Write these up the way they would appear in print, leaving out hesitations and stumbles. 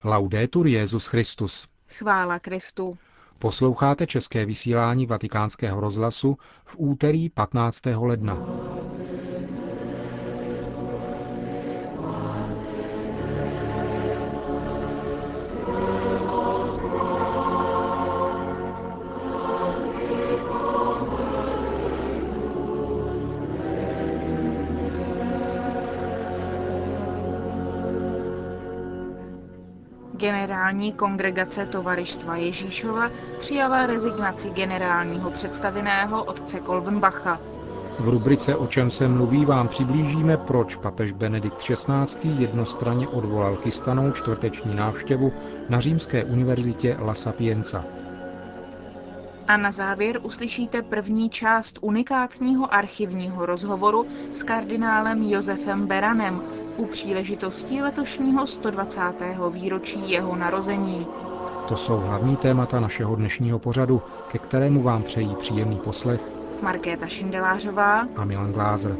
Laudetur Jesus Christus. Chvála Kristu. Posloucháte české vysílání Vatikánského rozhlasu v úterý 15. ledna. Generální kongregace Tovaristva Ježíšova přijala rezignaci generálního představeného otce Kolvenbacha. V rubrice O čem se mluví vám přiblížíme, proč papež Benedikt XVI. Jednostranně odvolal chystanou čtvrteční návštěvu na Římské univerzitě La Sapienza. A na závěr uslyšíte první část unikátního archivního rozhovoru s kardinálem Josefem Beranem u příležitosti letošního 120. výročí jeho narození. To jsou hlavní témata našeho dnešního pořadu, ke kterému vám přejí příjemný poslech Markéta Šindelářová a Milan Glázer.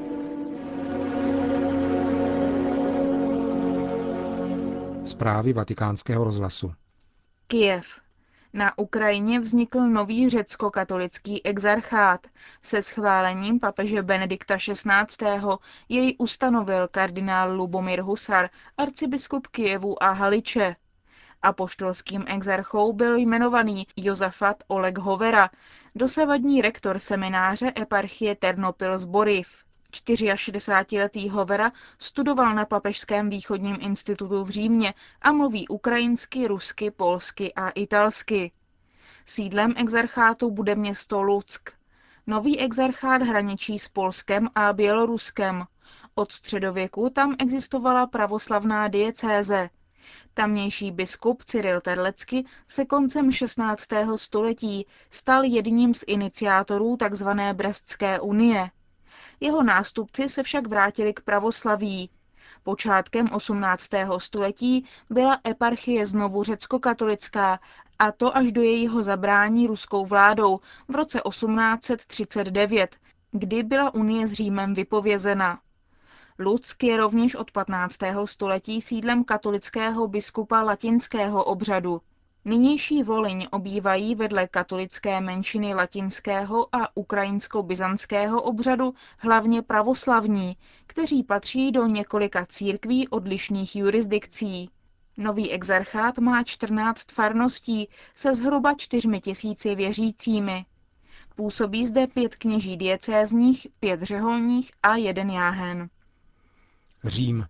Zprávy Vatikánského rozhlasu. Kyjev. Na Ukrajině vznikl nový řecko-katolický exarchát. Se schválením papeže Benedikta XVI. Jej ustanovil kardinál Lubomír Husar, arcibiskup Kyjevu a Haliče. Apoštolským exarchou byl jmenovaný Josafat Oleg Hovera, dosavadní rektor semináře eparchie Ternopil-Zboriv. 64letý Hovera studoval na Papežském východním institutu v Římě a mluví ukrajinsky, rusky, polsky a italsky. Sídlem exarchátu bude město Luck. Nový exarchát hraničí s Polskem a Běloruskem. Od středověku tam existovala pravoslavná diecéze. Tamnější biskup Cyril Terlecky se koncem 16. století stal jedním z iniciátorů tzv. Brestské unie. Jeho nástupci se však vrátili k pravoslaví. Počátkem 18. století byla eparchie znovu řecko-katolická, a to až do jejího zabrání ruskou vládou v roce 1839, kdy byla unie s Římem vypovězena. Luck je rovněž od 15. století sídlem katolického biskupa latinského obřadu. Nynější Volyň obývají vedle katolické menšiny latinského a ukrajinsko-byzantského obřadu hlavně pravoslavní, kteří patří do několika církví odlišných jurisdikcí. Nový exarchát má 14 farností se zhruba 4 000 věřícími. Působí zde 5 kněží diecézních, 5 řeholních a 1 jáhen. Řím.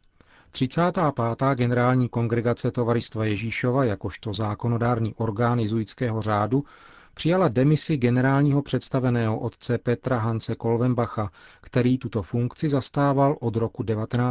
35. generální kongregace Tovaristva Ježíšova jakožto zákonodárný orgán jezuitského řádu přijala demisi generálního představeného otce Petra Hanse Kolvenbacha, který tuto funkci zastával od roku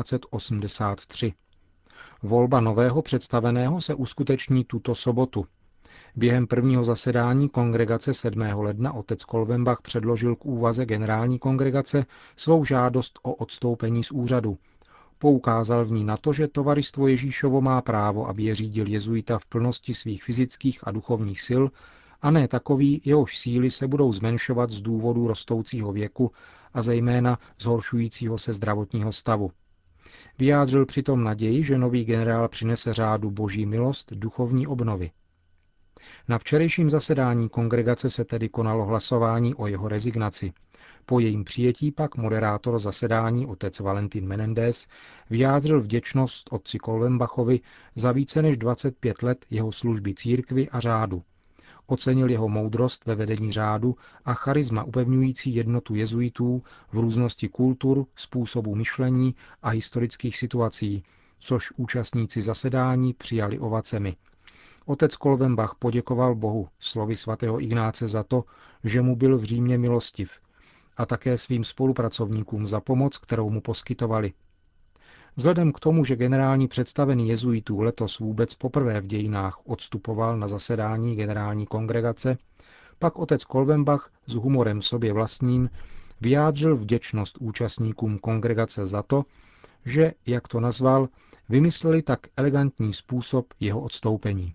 1983. Volba nového představeného se uskuteční tuto sobotu. Během prvního zasedání kongregace 7. ledna otec Kolvenbach předložil k úvaze generální kongregace svou žádost o odstoupení z úřadu. Poukázal v ní na to, že Tovaristvo Ježíšovo má právo, aby je řídil jezuita v plnosti svých fyzických a duchovních sil, a ne takový, jehož síly se budou zmenšovat z důvodu rostoucího věku a zejména zhoršujícího se zdravotního stavu. Vyjádřil přitom naději, že nový generál přinese řádu boží milost duchovní obnovy. Na včerejším zasedání kongregace se tedy konalo hlasování o jeho rezignaci. Po jejím přijetí pak moderátor zasedání otec Valentín Menendez vyjádřil vděčnost otci Kolvenbachovi za více než 25 let jeho služby církvi a řádu. Ocenil jeho moudrost ve vedení řádu a charisma upevňující jednotu jezuitů v různosti kultur, způsobů myšlení a historických situací, což účastníci zasedání přijali ovacemi. Otec Kolvenbach poděkoval Bohu slovy svatého Ignáce za to, že mu byl v Římě milostiv, a také svým spolupracovníkům za pomoc, kterou mu poskytovali. Vzhledem k tomu, že generální představený jezuitů letos vůbec poprvé v dějinách odstupoval na zasedání generální kongregace, pak otec Kolvenbach s humorem sobě vlastním vyjádřil vděčnost účastníkům kongregace za to, že, jak to nazval, vymysleli tak elegantní způsob jeho odstoupení.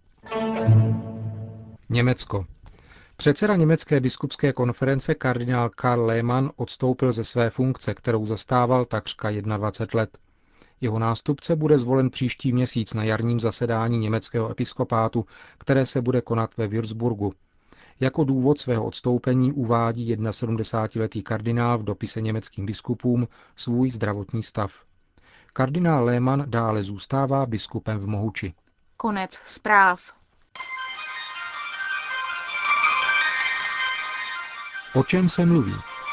Německo. Předseda německé biskupské konference kardinál Karl Lehmann odstoupil ze své funkce, kterou zastával takřka 21 let. Jeho nástupce bude zvolen příští měsíc na jarním zasedání německého episkopátu, které se bude konat ve Würzburgu. Jako důvod svého odstoupení uvádí 71letý kardinál v dopise německým biskupům svůj zdravotní stav. Kardinál Lehmann dále zůstává biskupem v Mohuči. Konec zpráv. O čem se mluví?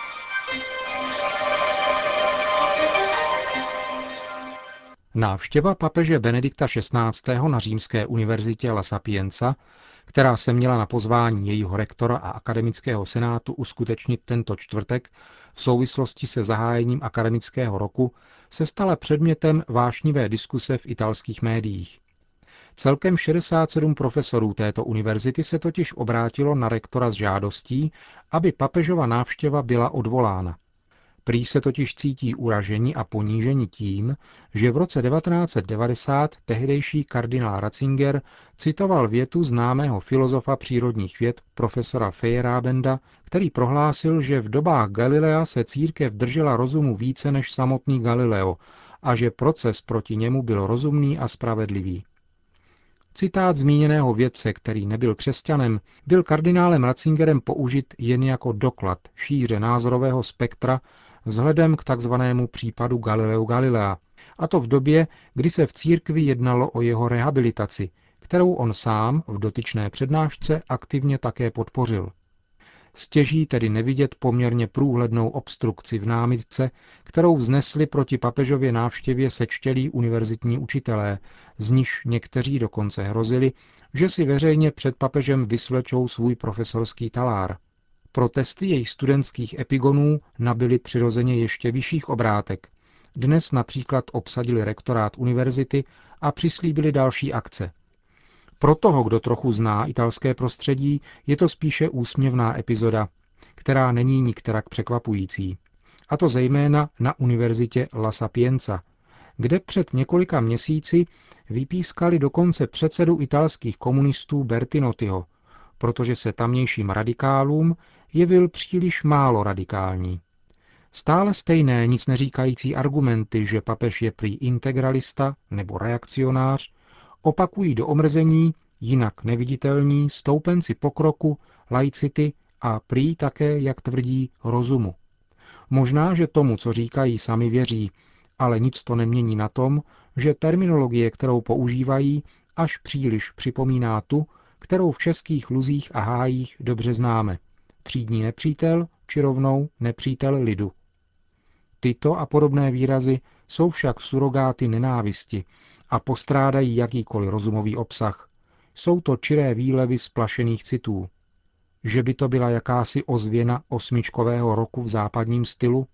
Návštěva papeže Benedikta XVI. Na římské univerzitě La Sapienza, která se měla na pozvání jejího rektora a akademického senátu uskutečnit tento čtvrtek v souvislosti se zahájením akademického roku, se stala předmětem vášnivé diskuse v italských médiích. Celkem 67 profesorů této univerzity se totiž obrátilo na rektora s žádostí, aby papežova návštěva byla odvolána. Prý se totiž cítí uraženi a poníženi tím, že v roce 1990 tehdejší kardinál Ratzinger citoval větu známého filozofa přírodních věd profesora Feyerabenda, který prohlásil, že v dobách Galilea se církev držela rozumu více než samotný Galileo a že proces proti němu byl rozumný a spravedlivý. Citát zmíněného vědce, který nebyl křesťanem, byl kardinálem Ratzingerem použit jen jako doklad šíře názorového spektra vzhledem k takzvanému případu Galileo Galilea, a to v době, kdy se v církvi jednalo o jeho rehabilitaci, kterou on sám v dotyčné přednášce aktivně také podpořil. Stěží tedy nevidět poměrně průhlednou obstrukci v námitce, kterou vznesli proti papežově návštěvě sečtělí univerzitní učitelé, z nichž někteří dokonce hrozili, že si veřejně před papežem vysvlečou svůj profesorský talár. Protesty jejich studentských epigonů nabyly přirozeně ještě vyšších obrátek. Dnes například obsadili rektorát univerzity a přislíbili další akce. Pro toho, kdo trochu zná italské prostředí, je to spíše úsměvná epizoda, která není nikterak překvapující. A to zejména na univerzitě La Sapienza, kde před několika měsíci vypískali dokonce předsedu italských komunistů Bertinottiho, protože se tamnějším radikálům jevil příliš málo radikální. Stále stejné nic neříkající argumenty, že papež je prý integralista nebo reakcionář, opakují do omrzení jinak neviditelní stoupenci pokroku, laicity a prý také, jak tvrdí, rozumu. Možná, že tomu, co říkají, sami věří, ale nic to nemění na tom, že terminologie, kterou používají, až příliš připomíná tu, kterou v českých luzích a hájích dobře známe. Třídní nepřítel či rovnou nepřítel lidu. Tyto a podobné výrazy jsou však surogáty nenávisti a postrádají jakýkoliv rozumový obsah. Jsou to čiré výlevy splašených citů. Že by to byla jakási ozvěna osmičkového roku v západním stylu?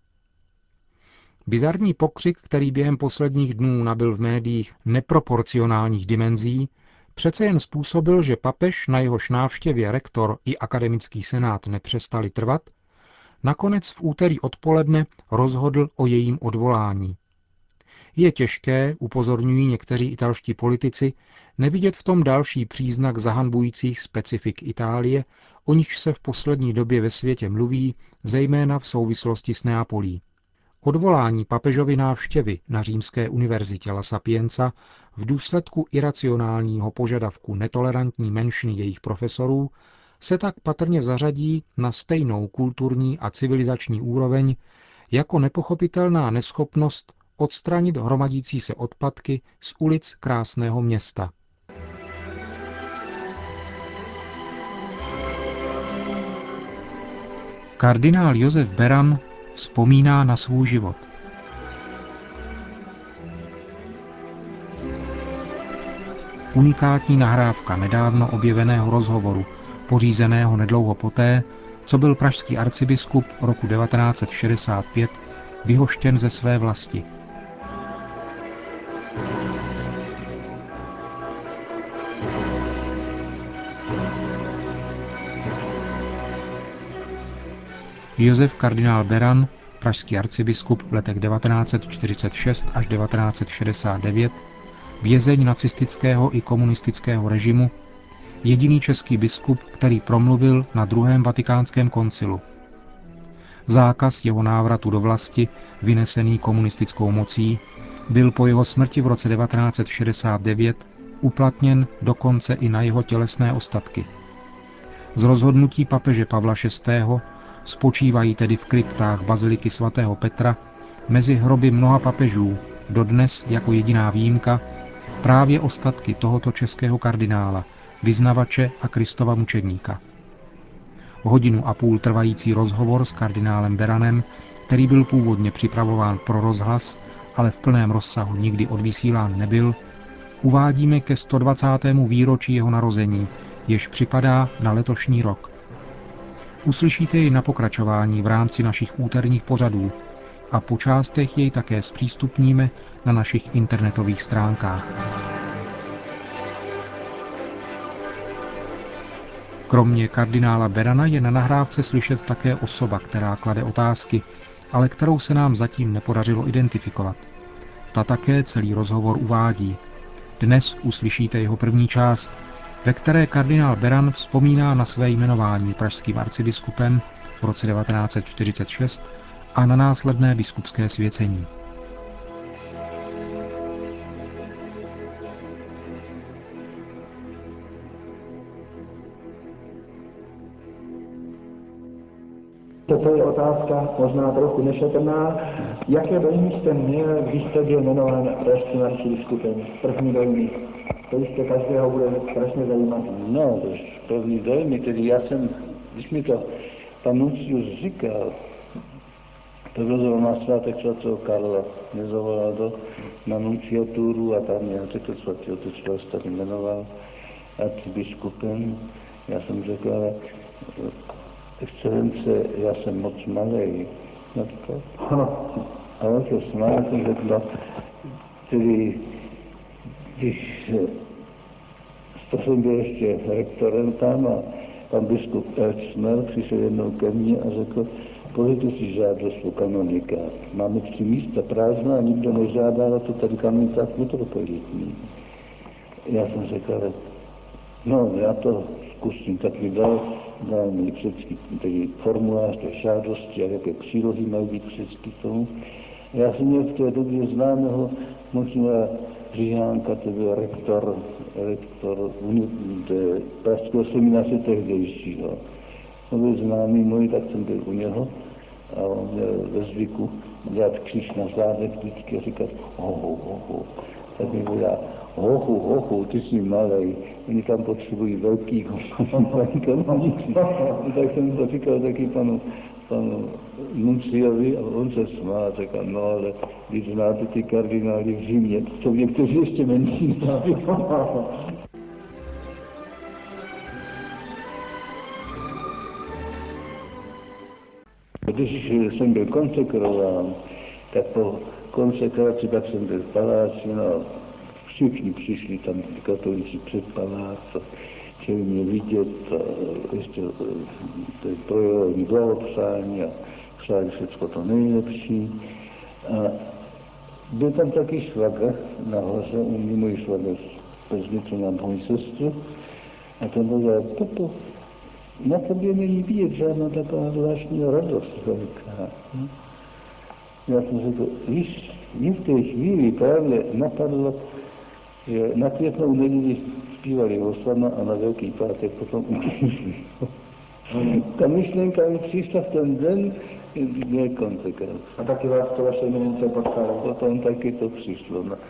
Bizarní pokřik, který během posledních dnů nabyl v médiích neproporcionálních dimenzí, přece jen způsobil, že papež, na jehož návštěvě rektor i akademický senát nepřestali trvat, nakonec v úterý odpoledne rozhodl o jejím odvolání. Je těžké, upozorňují někteří italští politici, nevidět v tom další příznak zahanbujících specifik Itálie, o nichž se v poslední době ve světě mluví, zejména v souvislosti s Neapolí. Odvolání papežovy návštěvy na římské univerzitě La Sapienza v důsledku iracionálního požadavku netolerantní menšiny jejich profesorů se tak patrně zařadí na stejnou kulturní a civilizační úroveň jako nepochopitelná neschopnost odstranit hromadící se odpadky z ulic krásného města. Kardinál Josef Beran vzpomíná na svůj život. Unikátní nahrávka nedávno objeveného rozhovoru, pořízeného nedlouho poté, co byl pražský arcibiskup roku 1965 vyhoštěn ze své vlasti. Josef kardinál Beran, pražský arcibiskup v letech 1946 až 1969, vězeň nacistického i komunistického režimu, jediný český biskup, který promluvil na druhém vatikánském koncilu. Zákaz jeho návratu do vlasti, vynesený komunistickou mocí, Byl po jeho smrti v roce 1969 uplatněn dokonce i na jeho tělesné ostatky. Z rozhodnutí papeže Pavla VI. Spočívají tedy v kryptách baziliky svatého Petra mezi hroby mnoha papežů, dodnes jako jediná výjimka, právě ostatky tohoto českého kardinála, vyznavače a Kristova mučedníka. 1,5 hodiny trvající rozhovor s kardinálem Beranem, který byl původně připravován pro rozhlas, ale v plném rozsahu nikdy odvysílán nebyl, uvádíme ke 120. výročí jeho narození, jež připadá na letošní rok. Uslyšíte jej na pokračování v rámci našich úterních pořadů a po částech jej také zpřístupníme na našich internetových stránkách. Kromě kardinála Berana je na nahrávce slyšet také osoba, která klade otázky, ale kterou se nám zatím nepodařilo identifikovat. Ta také celý rozhovor uvádí. Dnes uslyšíte jeho první část, ve které kardinál Beran vzpomíná na své jmenování pražským arcibiskupem v roce 1946 a na následné biskupské svěcení. To je otázka možná trochu nešetrná. Jaké dojmy jste měl, když jste byl jmenován pražským arcibiskupem? První dojmy. To jistě každého bude strašně zajímat. No, první dojmy, tedy já jsem, když mi to pan nuncius říkal, to bylo na svátek svatého Karla, mě zavolal na nunciaturu a tam mě řekl svatý otec vás tady jmenoval arcibiskupem. Já jsem řekl, ale excelence, já jsem moc malej. A on se smál, jsem řekl, tedy když to jsem byl ještě rektorem tam a pan biskup Elčner přišel jednou ke mně a řekl, podejte si žádost o kanonikát. Máme 3 místa prázdná a nikdo nežádá, to tady kanonikát metropolitní. Já jsem řekl, no já to zkusím, tak mi dal mi všechny tedy formulář té žádosti a jaké přílohy mají být všechny k tomu. Já jsem měl v té době známého monsignora Řihánka, to byl rektor pražského semináře tehdejšího. On byl známý můj, tak jsem byl u něho a on měl ve zvyku dělat kříž na zádech vždycky a říkat ho. Tak mi byl já, hochu, ty jsi malej, oni tam potřebují velkýho. Tak jsem to říkal taky panu nunciovi a on se smál a řekl, no ale když znáte ty kardinály v Římě, to někteří ještě menší znáte. Když jsem byl konsekrován, tak po konsekraci, tak jsem byl v paláci, no, všichni přišli tam katolíci před palác, chtěli mě vidět, ještě projevovali blahopřání a přáli všechno to nejlepší. A byl tam taky švagr nahoře, můj švagr z Plznice na moji sestru, a ten říkal, Pepo, na tobě není vidět žádná taková zvláštní radost velká. Já jsem řekl, víš, mě v té chvíli právě napadlo, že na Květnou neděli zpívali Hosana a na Velký pátek potom utěšili. Ta myšlenka mi přišla v ten den, je konsekvence. A taky vás to vaše jmenence potkalo? Potom taky to přišlo. No.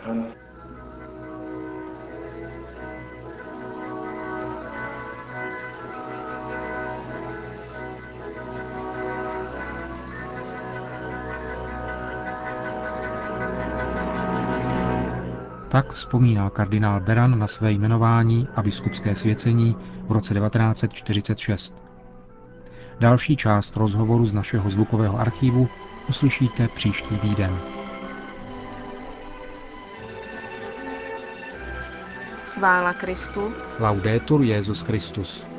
Tak vzpomíná kardinál Beran na své jmenování a biskupské svěcení v roce 1946. Další část rozhovoru z našeho zvukového archivu uslyšíte příští týden. Chvála Kristu. Laudetur Jesus Christus.